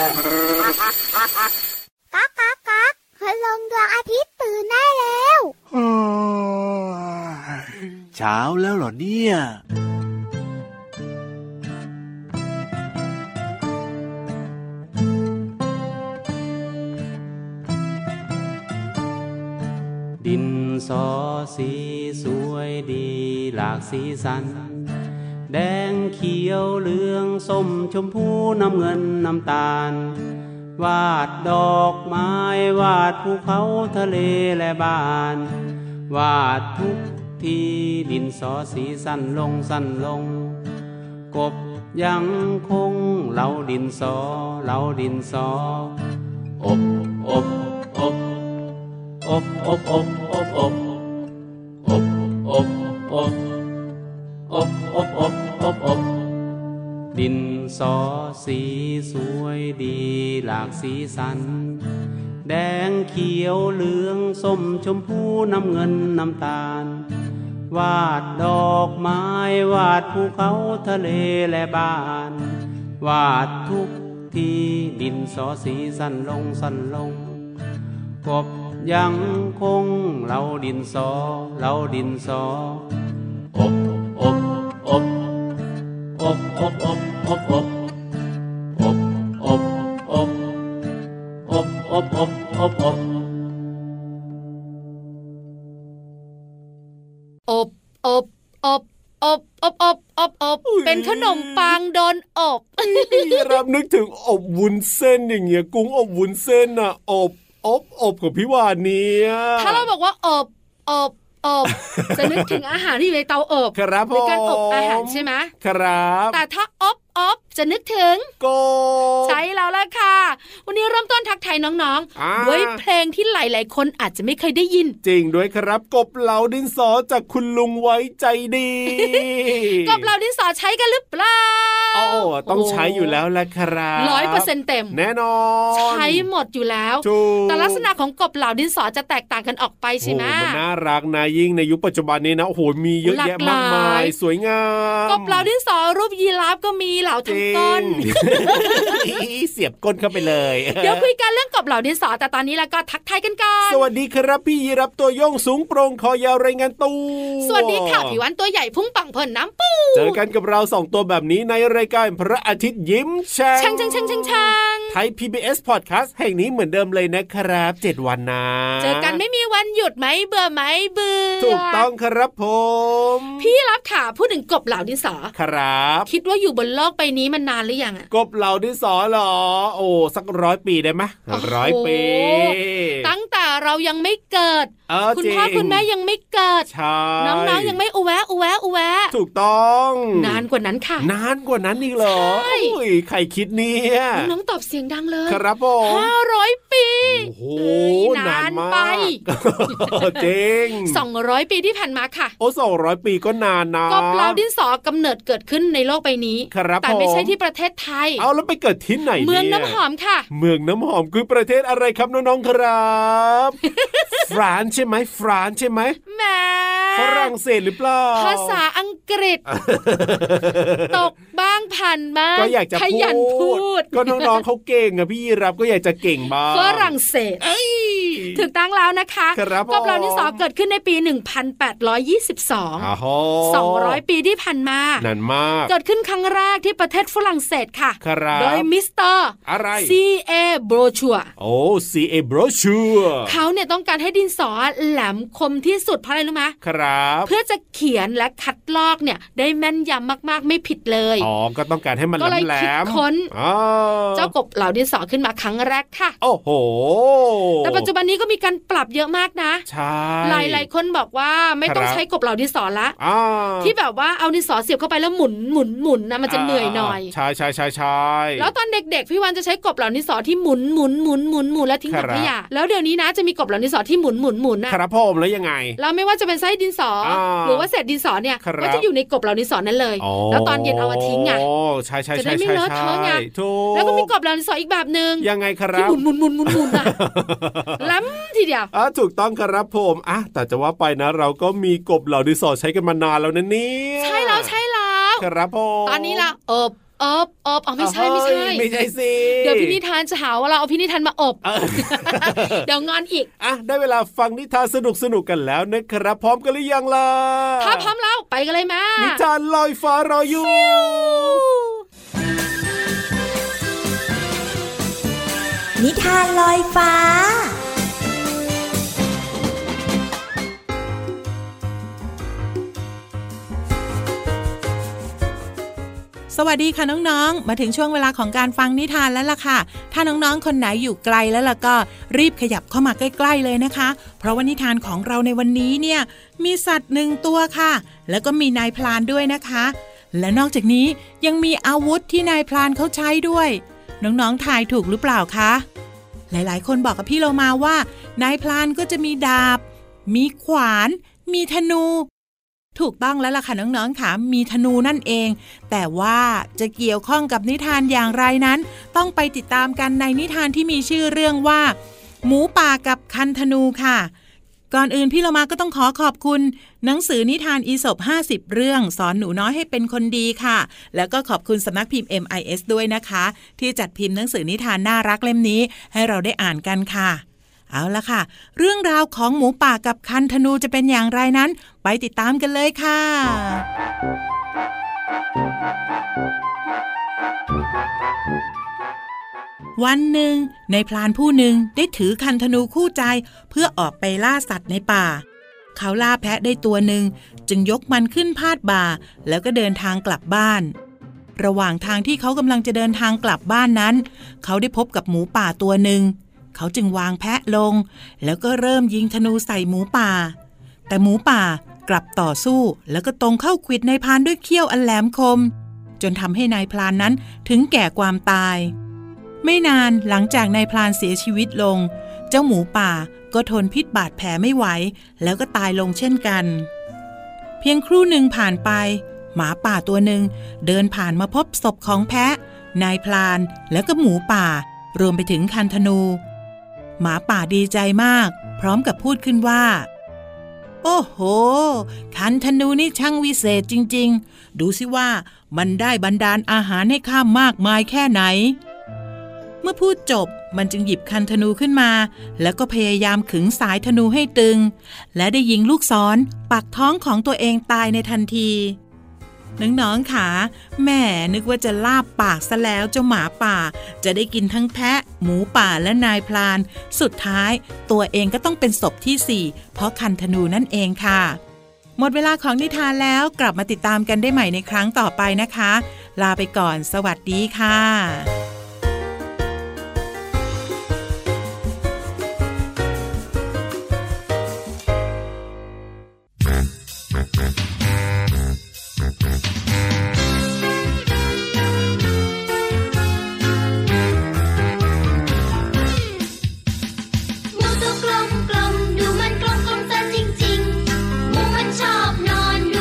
ก๊ากก๊ากก๊ากพลังดวงอาทิตย์ตื่นได้แล้วเช้าแล้วเหรอเนี่ยดินสอสีสวยดีหลากสีสันแดงเขียวเหลืองส้มชมพูน้ำเงินน้ำตาลวาดดอกไม้วาดภูเขาทะเลและบ้านวาดทุกทีดินสอสีสั้นลงสั้นลงกบยังคงเหลาดินสอเหลาดินสออบอบอบอบอบอบอบอบอบอบอบอบอบอบอบอบดินสอสีสวยดีหลากสีสันแดงเขียวเหลืองส้มชมพูน้ำเงินน้ำตาลวาดดอกไม้วาดภูเขาทะเลและบ้านวาดทุกทีดินสอสีสั้นลงสั้นลงกบยังคงเหลาดินสอเหลาดินสออบอบอบอบอบอบอบอบอบอบอบอบอบอบอบอบอบอบอบเป็นขนมปังโดนอบรับนึกถึงอบวุ้นเส้นอย่างเงี้ยกุ้งอบวุ้นเส้นน่ะอบกับพี่วานเนี่ยถ้าเราบอกว่าอบจะนึกถึงอาหารที่อยู่ในเตาอบครับผมในการอบอาหารใช่ไหมครับแต่ถ้าอบจะนึกถึงกบใช่แล้วล่ะค่ะวันนี้เริ่มต้นทักทายน้องๆด้วยเพลงที่หลายๆคนอาจจะไม่เคยได้ยินจริงด้วยครับกบเหลาดินสอจากคุณลุงไว้ใจดีกบเหลาดินสอใช้กันหรือเปล่าต้องใช้อยู่แล้วแหละครับ 100%เต็มแน่นอนใช้หมดอยู่แล้วแต่ลักษณะของกบเหลาดินสอจะแตกต่างกันออกไปใช่ไหมมันน่ารักนะยิ่งในยุคปัจจุบันนี้นะโอ้โหมีเยอะแยะมากมายสวยงามกบเหลาดินสอรูปยีราฟก็มีเหลาทั้งก้นเสียบก้นเข้าไปเลยเดี๋ยวคุยกันเรื่องกบเหลาดินสอแต่ตอนนี้แล้วก็ทักทายกันก่อนสวัสดีครับพี่ยีรับตัวโยงสูงโปร่งคอยาวรายงานตัวสวัสดีค่ะพี่วันตัวใหญ่พุ่งปังเพิ่นน้ำปูเจอกันกับเรา2ตัวแบบนี้ในรายการพระอาทิตย์ยิ้มแฉ่งไทย PBS Podcast แห่งนี้เหมือนเดิมเลยนะครับ7วันนะเจอกันไม่มีวันหยุดไหมเบื่อไหมเบื่อถูกต้องครับผมพี่รับค่ะพูดถึงกบเหลาดินสอครับคิดว่าอยู่บนโลกใบนี้มันนานหรือยังกบเหลาดินสอเหรอโอ้สัก100 ปีได้ไหม100 ปีตั้งแต่เรายังไม่เกิดคุณพ่อคุณแม่ยังไม่เกิดน้องๆยังไม่อุแวะถูกต้องนานกว่านั้นค่ะนานกว่านั้นอีกเหรอโอ้ยใครคิดเนี่ยน้องตอบเสียงดังเลยครับผม 500 ปีโอ้โหนานไปจริง 200 ปีที่ผ่านมาค่ะโอ้200 ปีก็นานนะกบเหลาดินสอกำเนิดเกิดขึ้นในโลกใบนี้แต่ไม่ใช่ที่ประเทศไทยเอาแล้วไปเกิดที่ไหนเมืองน้ำหอมค่ะเมืองน้ำหอมคือประเทศอะไรครับน้องๆครับฝรั่งใช่ไหมฝรั่งใช่ไหมแม่ฝรั่งเศสหรือเปล่าภาษาอังกฤษตกบ้างผ่านมาก็อยากจะพูดก็น้องๆเขาเก่งอ่ะพี่รับก็อยากจะเก่งบ้างฝรั่งเศสถูกต้องแล้วนะคะกบเหลาดินสอเกิดขึ้นในปี1822 200 ปีที่ผ่านมานานมากเกิดขึ้นครั้งแรกที่ประเทศฝรั่งเศสค่ะโดยมิสเตอร์อะไร C.A. Brochure โอ้ C.A. Brochure เขาเนี่ยต้องการให้ดินสอแหลมคมที่สุดเพราะอะไรรู้ไหมครับเพื่อจะเขียนและคัดลอกเนี่ยได้แม่นยำมากๆไม่ผิดเลยก็ต้องการให้มันแหลมก็เลยคิดค้นเจ้ากบเหลาดินสอขึ้นมาครั้งแรกค่ะโอ้โหแต่ปัจจุบันนี้ก็มีการปรับเยอะมากนะใช่หลายๆคนบอกว่าไม่ต้องใช้กบเหลาดินสอละที่แบบว่าเอาดินสอเสียบเข้าไปแล้วหมุนนะมันจะเหนื่อยหน่อยใช่แล้วตอนเด็กๆพี่วันจะใช้กบเหลาดินสอที่หมุนแล้วทิ้งถังขยะแล้วเดี๋ยวนี้นะจะมีกบเหลาดินสอที่หมุนนะครับผมแล้วยังไงแล้วไม่ว่าจะเป็นไส้ดินสอหรือว่าเศษดินสอเนี่ยก็จะอยู่ในกบเหลาดินสอนั่นเลยแล้วตอนเย็นเอามาทิ้งไงใช่จะได้ไม่เลอะเทอะไงแล้วก็มีกบเหลาดินสออีกแบบนึงยังไงครับที่หมุนนะล้ำทีเดียวถูกต้องครับผมแต่จะว่าไปนะเราก็มีกบเหลาดินสอใช้กันมานานแล้วนะเนี่ยใช่แล้วครับผมตอนนี้ละอบไม่ใช่สิเดี๋ยวพี่นิทานจะหาว่าเราเอาพี่นิทานมาอบเดี๋ยวงอนอีกได้เวลาฟังนิทานสนุกกันแล้วนะครับพร้อมกันหรือยังล่ะถ้าพร้อมแล้วไปกันเลยแม่นิทานลอยฟ้ารออยู่นิทานลอยฟ้าสวัสดีค่ะน้องๆมาถึงช่วงเวลาของการฟังนิทานแล้วล่ะค่ะถ้าน้องๆคนไหนอยู่ไกลแล้วล่ะก็รีบขยับเข้ามาใกล้ๆเลยนะคะเพราะว่านิทานของเราในวันนี้เนี่ยมีสัตว์1ตัวค่ะแล้วก็มีนายพรานด้วยนะคะและนอกจากนี้ยังมีอาวุธที่นายพรานเขาใช้ด้วยน้องๆทายถูกหรือเปล่าคะหลายๆคนบอกกับพี่โลมาว่านายพรานก็จะมีดาบมีขวานมีธนูถูกต้องแล้วล่ะค่ะน้องๆค่ะมีธนูนั่นเองแต่ว่าจะเกี่ยวข้องกับนิทานอย่างไรนั้นต้องไปติดตามกันในนิทานที่มีชื่อเรื่องว่าหมูป่ากับคันธนูค่ะก่อนอื่นพี่เรามาก็ต้องขอบคุณหนังสือนิทานอีสป50เรื่องสอนหนูน้อยให้เป็นคนดีค่ะแล้วก็ขอบคุณสำนักพิมพ์ MIS ด้วยนะคะที่จัดพิมพ์หนังสือนิทานน่ารักเล่มนี้ให้เราได้อ่านกันค่ะเอาละค่ะเรื่องราวของหมูป่ากับคันธนูจะเป็นอย่างไรนั้นไปติดตามกันเลยค่ะวันหนึ่งในพรานผู้หนึ่งได้ถือคันธนูคู่ใจเพื่อออกไปล่าสัตว์ในป่าเขาล่าแพะได้ตัวหนึ่งจึงยกมันขึ้นพาดบ่าแล้วก็เดินทางกลับบ้านระหว่างทางที่เขากำลังจะเดินทางกลับบ้านนั้นเขาได้พบกับหมูป่าตัวหนึ่งเขาจึงวางแพะลงแล้วก็เริ่มยิงธนูใส่หมูป่าแต่หมูป่ากลับต่อสู้แล้วก็ตรงเข้าขวิดนายพรานด้วยเขี้ยวอันแหลมคมจนทำให้นายพรานนั้นถึงแก่ความตายไม่นานหลังจากนายพรานเสียชีวิตลงเจ้าหมูป่าก็ทนพิษบาดแผลไม่ไหวแล้วก็ตายลงเช่นกันเพียงครู่หนึ่งผ่านไปหมาป่าตัวหนึ่งเดินผ่านมาพบศพของแพะนายพรานแล้วก็หมูป่ารวมไปถึงคันธนูหมาป่าดีใจมากพร้อมกับพูดขึ้นว่าโอ้โหคันธนูนี่ช่างวิเศษจริงๆดูสิว่ามันได้บันดาลอาหารให้ข้ามากมายแค่ไหนเมื่อพูดจบมันจึงหยิบคันธนูขึ้นมาแล้วก็พยายามขึงสายธนูให้ตึงและได้ยิงลูกศรปักท้องของตัวเองตายในทันทีน้องๆค่ะแม่นึกว่าจะลาบปากซะแล้วเจ้าหมาป่าจะได้กินทั้งแพะหมูป่าและนายพรานสุดท้ายตัวเองก็ต้องเป็นศพที่4เพราะคันธนูนั่นเองค่ะหมดเวลาของนิทานแล้วกลับมาติดตามกันได้ใหม่ในครั้งต่อไปนะคะลาไปก่อนสวัสดีค่ะ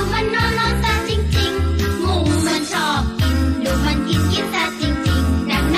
กินซะจริงๆ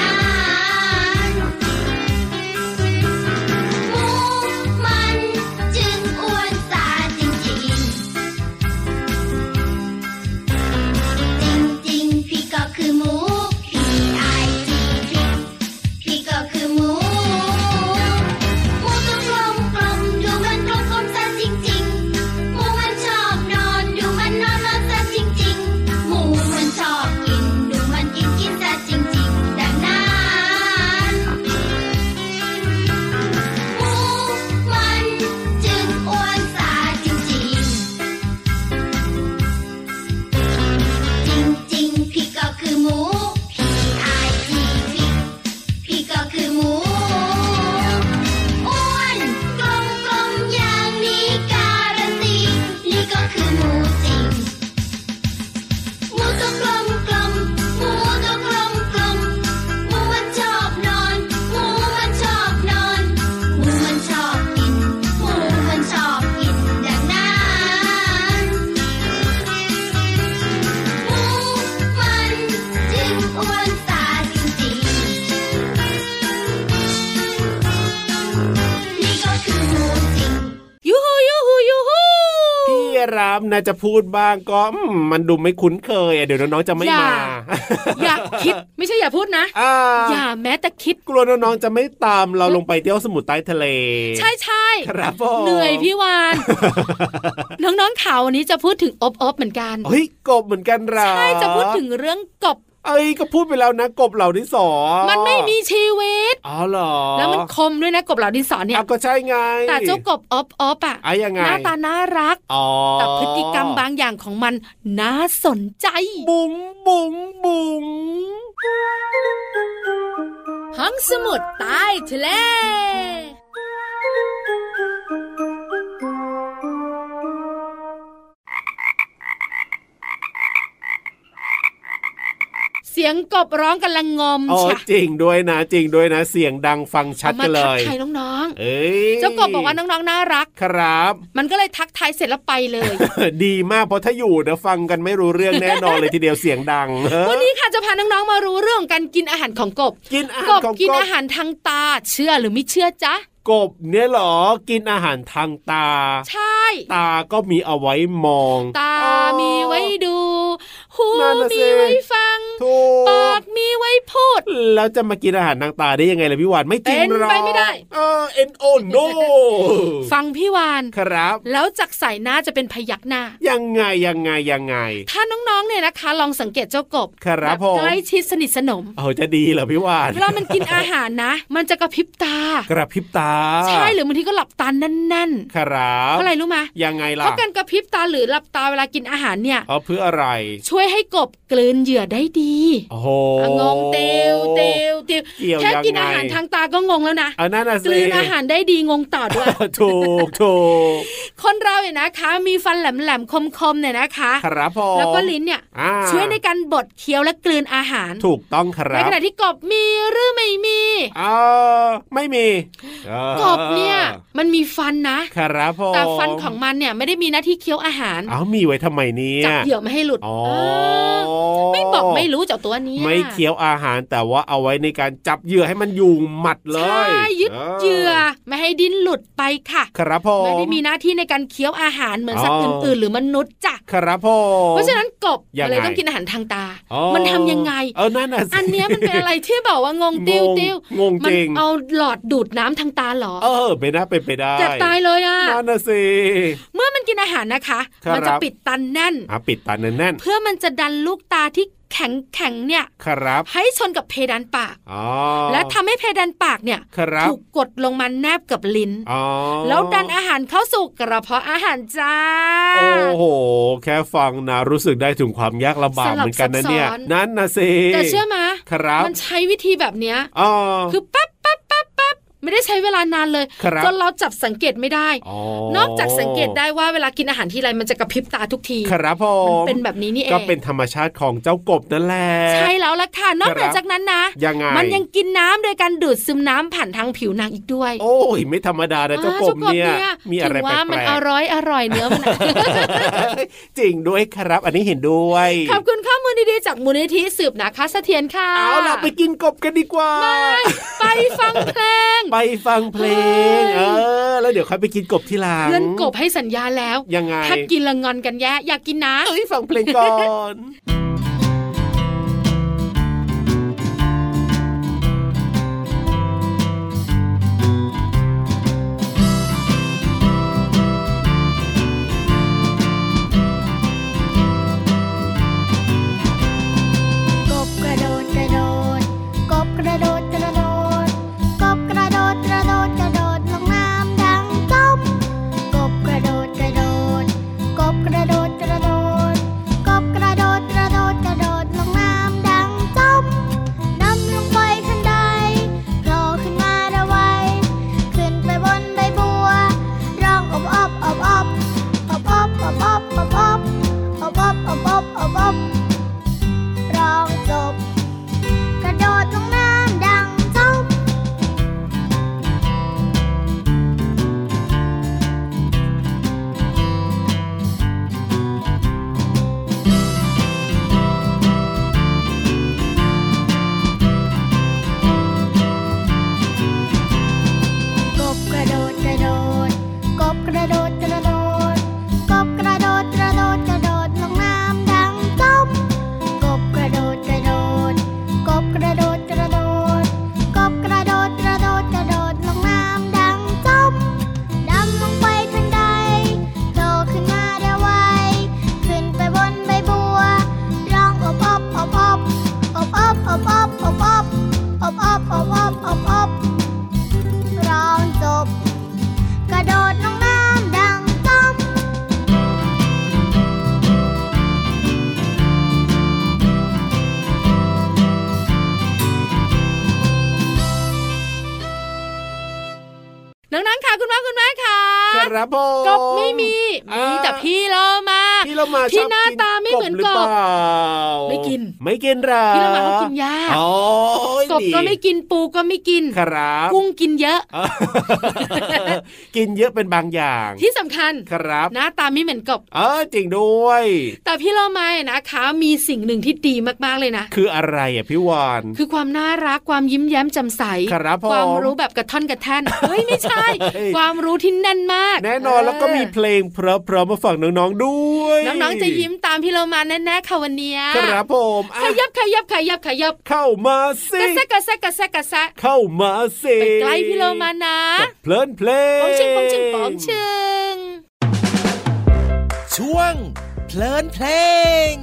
ครับน่าจะพูดบ้างก็มันดูไม่คุ้นเคยเดี๋ยวน้องๆจะไม่มาอย่าคิดไม่ใช่อย่าพูดนะอย่าแม้แต่คิดกลัวน้องๆจะไม่ตามเราลงไปเที่ยวสมุทรใต้ทะเลใช่ๆครับพ่อเหนื่อยพี่วานน้องๆข่าววันนี้จะพูดถึงอบเหมือนกันเฮ้ยกบเหมือนกันหรอใช่จะพูดถึงเรื่องกบก็พูดไปแล้วนะกบเหล่าดินสอมันไม่มีชีวิตอ๋อเหรอแล้วมันคมด้วยนะกบเหล่าดินสอเนี่ยก็ใช่ไงแต่เจ้ากบอบอ่ะยังไงหน้าตาน่ารักแต่พฤติกรรมบางอย่างของมันน่าสนใจบุ๋งบุ๋งบุ๋งห้องสมุดใต้ทะเลเสียงกบร้องกำลังงอมจริงด้วยนะเสียงดังฟังชัดกันเลยมาทักทายน้องๆเจ้ากบบอกว่าน้องๆน่ารักครับมันก็เลยทักทายเสร็จแล้วไปเลยดีมากเพราะถ้าอยู่เดี๋ยวฟังกันไม่รู้เรื่องแน่นอนเลยทีเดียวเสียงดังวันนี้ค่ะจะพาน้องๆมารู้เรื่องการกินอาหารของกบกินอาหารทางตาเชื่อหรือไม่เชื่อจ๊ะกบเนี่ยเหรอกินอาหารทางตาใช่ตาก็มีเอาไว้มองตามีไว้ดูหูมีไว้ฟังปากมีไว้พูดแล้วจะมากินอาหารทางตาได้ยังไงล่ะพี่วานไม่จริงหรอกไปไม่ได้ no ฟังพี่วานครับแล้วจากสายหน้าจะเป็นพยักหน้ายังไงถ้าน้องๆเนี่ยนะคะลองสังเกตเจ้ากบครับผมใกล้ชิดสนิทสนมจะดีเหรอพี่วานเวลามันกินอาหารนะมันจะกระพริบตากระพริบตาใช่หรือบางทีก็หลับตาแน่นๆครับเพราะอะไรรู้ไหมยังไงล่ะเพราะการกระพริบตาหรือหลับตาเวลากินอาหารเนี่ยเพื่ออะไรช่วยให้กบกลืนเหยื่อได้ดีโอ้โหงงเตียวแค่กินอาหารทางตาก็งงแล้วนะนั่นน่ะสิกลืนอาหารได้ดีงงต่อด้วยถูกคนเราเนี่ยนะคะมีฟันแหลมๆคมๆเนี่ยนะคะครับผมแล้วก็ลิ้นเนี่ยช่วยในการบดเคี้ยวและกลืนอาหารถูกต้องครับในขณะที่กบมีหรือไม่มีไม่มีกบเนี่ยมันมีฟันนะครับแต่ฟันของมันเนี่ยไม่ได้มีหน้าที่เคี้ยวอาหารมีไว้ทำไมเนี่ยจับเหยื่อไม่ให้หลุดไม่บอกไม่รู้เจ้าตัวนี้ไม่เคี้ยวอาหารแต่ว่าเอาไว้ในการจับเหยื่อให้มันอยู่หมัดเลยใช่ยึดเหยื่อไม่ให้ดิ้นหลุดไปค่ะครับผมไม่ได้มีหน้าที่ในการเคี้ยวอาหารเหมือนสัตว์อื่นๆหรือมนุษย์จ้ะครับผมเพราะฉะนั้นกบเลยต้องกินอาหารทางตามันทำยังไงนั่นน่ะอันเนี้ยมันเป็นอะไรที่แบบว่างงติ้วงงจริงเอาหลอดดูดน้ำทางตาหรอไม่น่าเป็นไปได้จะตายเลยนั่นน่ะสิเมื่อมันกินอาหารนะคะมันจะปิดตันแน่นปิดตันแน่นเพื่อมันจะดันลูกตาที่แข็งเนี่ยให้ชนกับเพดานปากและทำให้เพดานปากเนี่ยถูกกดลงมาแนบกับลิ้นแล้วดันอาหารเข้าสู่กระเพาะอาหารจ้าโอ้โหแค่ฟังนะรู้สึกได้ถึงความยากลำบากเหมือนกันนะเนี่ยนั่นนะสิแต่เชื่อไหมมันใช้วิธีแบบเนี้ยคือแป๊บไม่ได้ใช้เวลานานเลยจนเราจับสังเกตไม่ได้นอกจากสังเกตได้ว่าเวลากินอาหารทีไรมันจะกระพริบตาทุกทีครับผมมันเป็นแบบนี้นี่เองก็เป็นธรรมชาติของเจ้ากบนั่นแหละใช่แล้วล่ะค่ะนอกจากนั้นนะยังไงมันยังกินน้ำโดยการดูดซึมน้ำผ่านทางผิวหนังอีกด้วยโอ้ยไม่ธรรมดานะเจ้ากบเนี่ยมีอะไรแปลกๆว่ามันอร่อยเนื้อมันจริงด้วยครับอันนี้เห็นด้วยขอบคุณข้อมูลดีๆจากมูลนิธิสืบนะคะเสถียรค่ะเอาล่ะไปกินกบกันดีกว่าไปฟังเพลงแล้วเดี๋ยวค่อยไปกินกบที่ร้านเพื่อนกบให้สัญญาแล้วยังไงถ้ากินละงอนกันแย่อยากกินนะฟังเพลงก่อนกระโดดน้องๆค่ะคุณพ่อคุณแม่ค่ะครับผมกบไม่มีแต่พี่เรามาที่หน้าตาไม่เหมือนกบไม่กินหรอพี่เรามาเขากินหญ้ากบก็ไม่กินปูก็ไม่กินครับกุ้งกินเยอะกินเยอะเป็นบางอย่างที่สำคัญครับหน้าตาไม่เหมือนกบจริงด้วยแต่พี่เรามานะคะมีสิ่งหนึ่งที่ดีมากๆเลยนะคืออะไรพี่วานคือความน่ารักความยิ้มแย้มแจ่มใสความรู้แบบกระท่อนกระแท่นเฮ้ยไม่ใช่ ความรู้ที่แน่นมากแน่นอนแล้วก็มีเพลงเพราะๆมาฝากน้องๆด้วยน้องๆจะยิ้มตามพี่เรามาแน่ๆค่ะวันนี้ครับผมขยับเข้ามาสิกระแซะเข้ามาสิไปใกล้พี่เรามานะเพลินปองชึงช่วงเพลินเพลง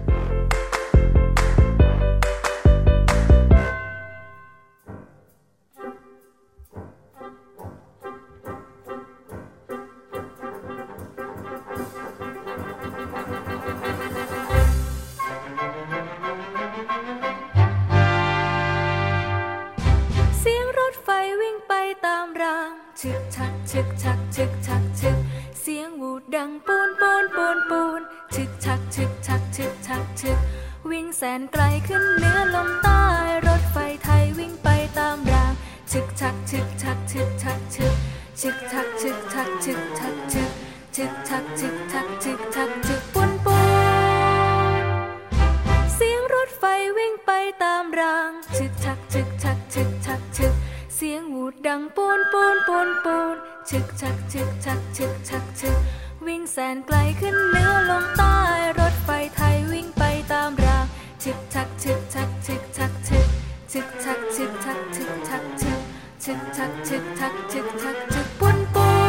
ชึกชักชึกชักชึกชักชึกเสียงวูดดังปูนปูนปูนปูนชึกชักชึกชักชึกชักชึกวิ่งแสนไกลขึ้นเหนือลมใต้รถไฟไทยวิ่งไปตามรางชึกชักชึกชักชึกชักชึกชึกชักชึกชักชึกชักชึกชึกชักชึกชักชึกชักชึกปูนปูนเสียงรถไฟวิ่งไปตามรางชึกชักชึกชักชึกชักชึกเสียงวูดดังปูนปูนปูนปูนชึกชักชึกชักชึกชักชึกวิ่งแสนไกลขึ้นเหนือลมใต้รถไฟไทยวิ่งไปตามรางชึกชักชึกชักชึกชักชึกชึกชักชึกชักชึกชักชึกชึกชักชึกชักชึกชักชึกปูนปูน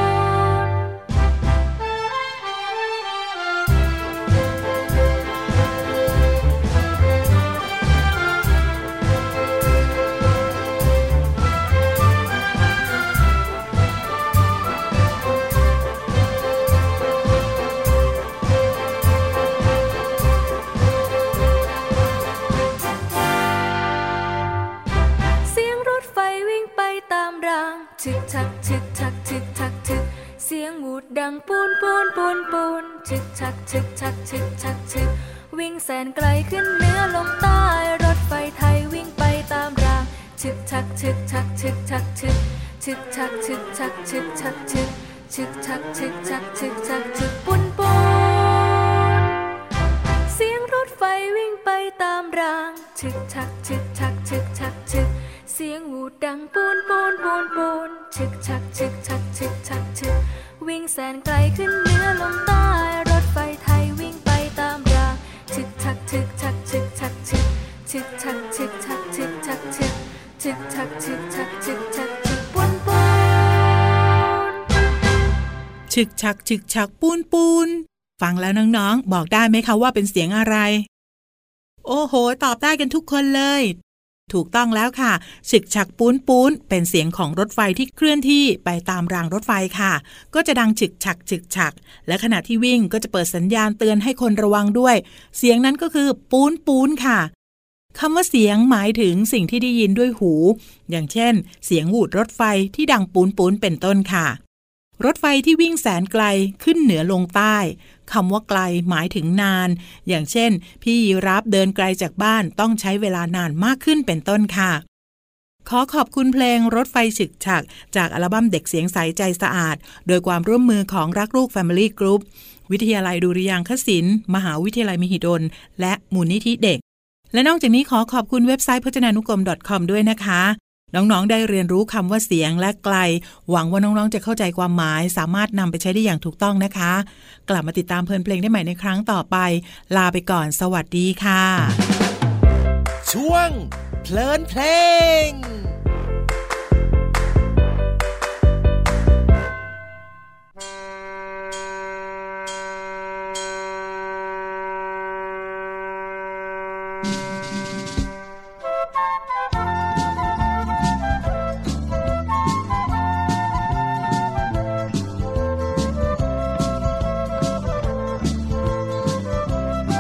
ชึกชักชึกชักชึกชักชึกเสียงวูดดังปูนปูนปูนปูนชึกชักชึกชักชึกชักชึกวิ่งแสนไกลขึ้นเหนือลมใต้รถไฟไทยวิ่งไปตามรางชึกชักชึกชักชึกชักชึกชึกชักชึกชักชึกชักชึกชึกชักชึกชักชึกชักชึกปูนปูนเสียงรถไฟวิ่งไปตามรางชึกชักชึกชักชึกชักชึกเสียงวูดดังปูนปูนปูนปูนชึกชักชึกชักชึกชักชึกวิ่งแสนไกลขึ้นเหนือลมใต้รถไฟไทยวิ่งไปตามรางชึกชักชึกชักชึกชักชึกชึกชักชึกชักชึกชักชึกชึกชักชึกชักชึกชักชึกปูนปูนชึกชักชึกชักปูนปูนฟังแล้วน้องๆบอกได้ไหมคะว่าเป็นเสียงอะไรโอ้โหตอบได้กันทุกคนเลยถูกต้องแล้วค่ะฉึกฉักปูนปูนเป็นเสียงของรถไฟที่เคลื่อนที่ไปตามรางรถไฟค่ะก็จะดังฉึกฉักฉึกฉักและขณะที่วิ่งก็จะเปิดสัญญาณเตือนให้คนระวังด้วยเสียงนั้นก็คือปูนปูนค่ะคำว่าเสียงหมายถึงสิ่งที่ได้ยินด้วยหูอย่างเช่นเสียงวูดรถไฟที่ดังปูนปูนเป็นต้นค่ะรถไฟที่วิ่งแสนไกลขึ้นเหนือลงใต้คำว่าไกลหมายถึงนานอย่างเช่นพี่ยีราฟเดินไกลจากบ้านต้องใช้เวลานานมากขึ้นเป็นต้นค่ะขอขอบคุณเพลงรถไฟฉึกฉักจากอัลบั้มเด็กเสียงใสใจสะอาดโดยความร่วมมือของรักลูก Family Group วิทยาลัยดุริยางคศิลป์มหาวิทยาลัยมหิดลและมูลนิธิเด็กและนอกจากนี้ขอขอบคุณเว็บไซต์พจนานุกรม .com ด้วยนะคะน้องๆได้เรียนรู้คำว่าเสียงและไกลหวังว่าน้องๆจะเข้าใจความหมายสามารถนำไปใช้ได้อย่างถูกต้องนะคะกลับมาติดตามเพลินเพลงได้ใหม่ในครั้งต่อไปลาไปก่อนสวัสดีค่ะช่วงเพลินเพลง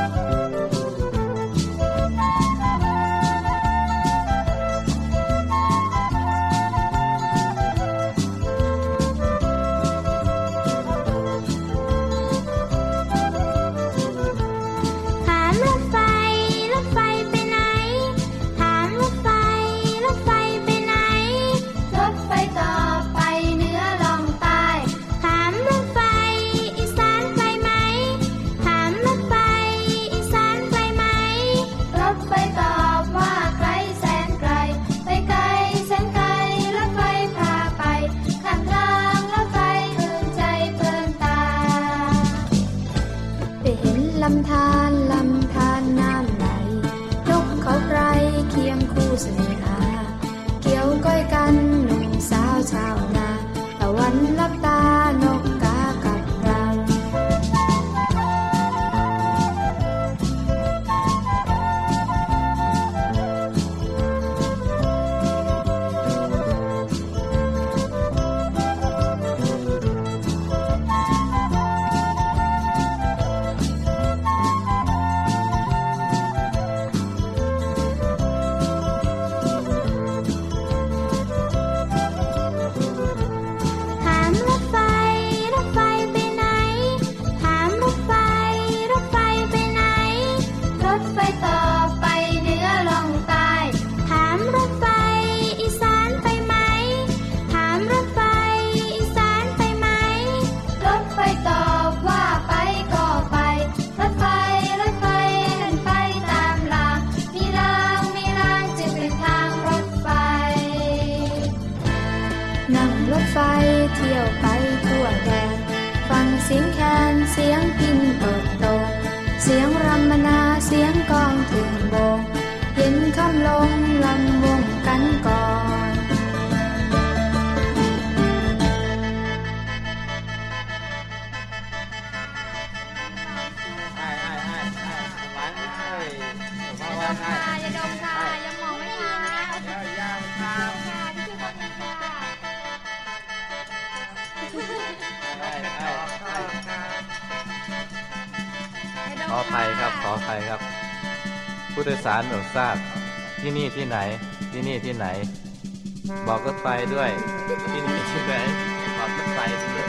ชชาวนาตะวันลับตานกกากับเราเที่ยวไปทั่วแดนฟังเสียงแคนเสียงพิณเปิดโตเสียงรำมนาเสียงกองถึงโบงเห็นคำลงลำวงกันก่อนอย่าดมค่ะอย่ามองไม่ดีนะขออภัยครับขออภัยครับผู้โดยสารโปรดทราบที่นี่ที่ไหนที่นี่ที่ไหนบอกรถไฟด้วยที่นี่ที่ไหนบอกรถไฟด้วย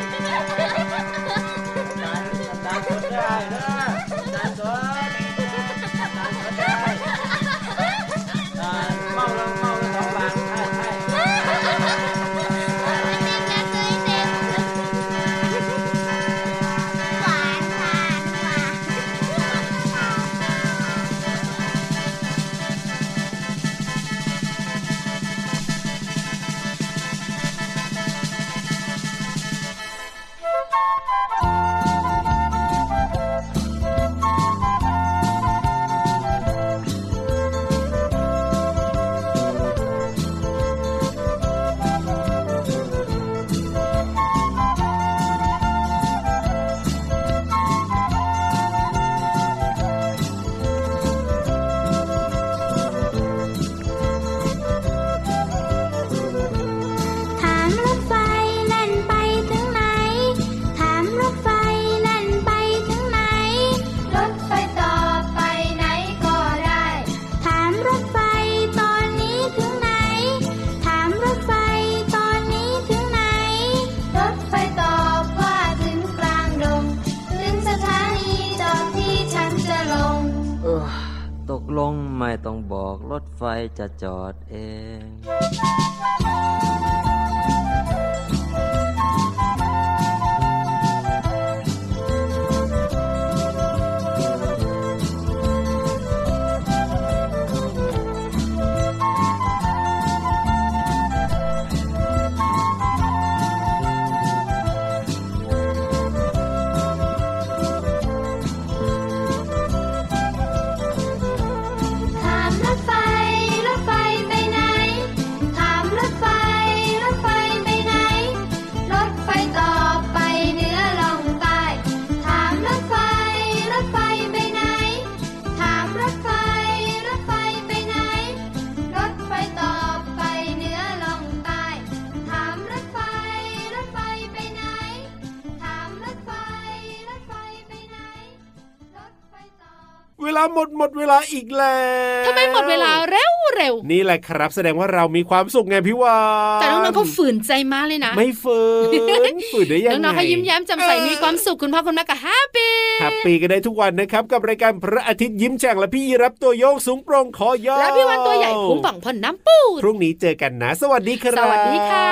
ไม่ต้องบอกรถไฟจะจอดเองหมดเวลาอีกแล้วทำไมหมดเวลาเร็วนี่แหละครับแสดงว่าเรามีความสุขไงพี่วานแต่น้องๆเขาฝืนใจมากเลยนะไม่ฝืนได้ยังไงน้องๆเขายิ้มแย้มแจ่มใสมีความสุขคุณพ่อคุณแม่ก็แฮปปี้กันได้ทุกวันนะครับกับรายการพระอาทิตย์ยิ้มแฉ่งและพี่ยีรับตัวโยงสูงโปร่งคอยาวและพี่วันตัวใหญ่พุงป่องพ่นน้ำปูพรุ่งนี้เจอกันนะสวัสดีครับสวัสดีค่ะ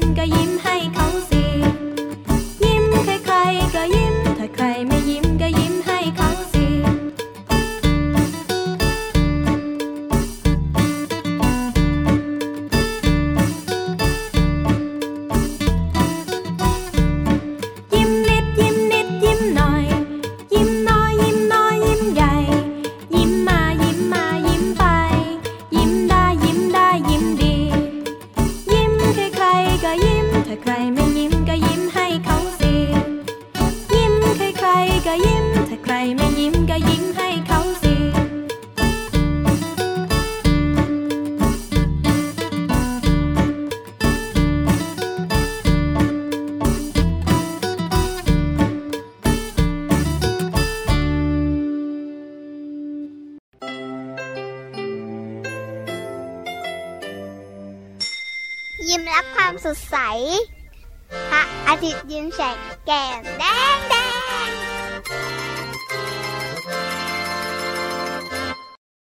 ใครไม่ยิ้มก็ยิ้มยิ้มรับความสดใสพระอาทิตย์ยิ้มแฉกแก้มแดง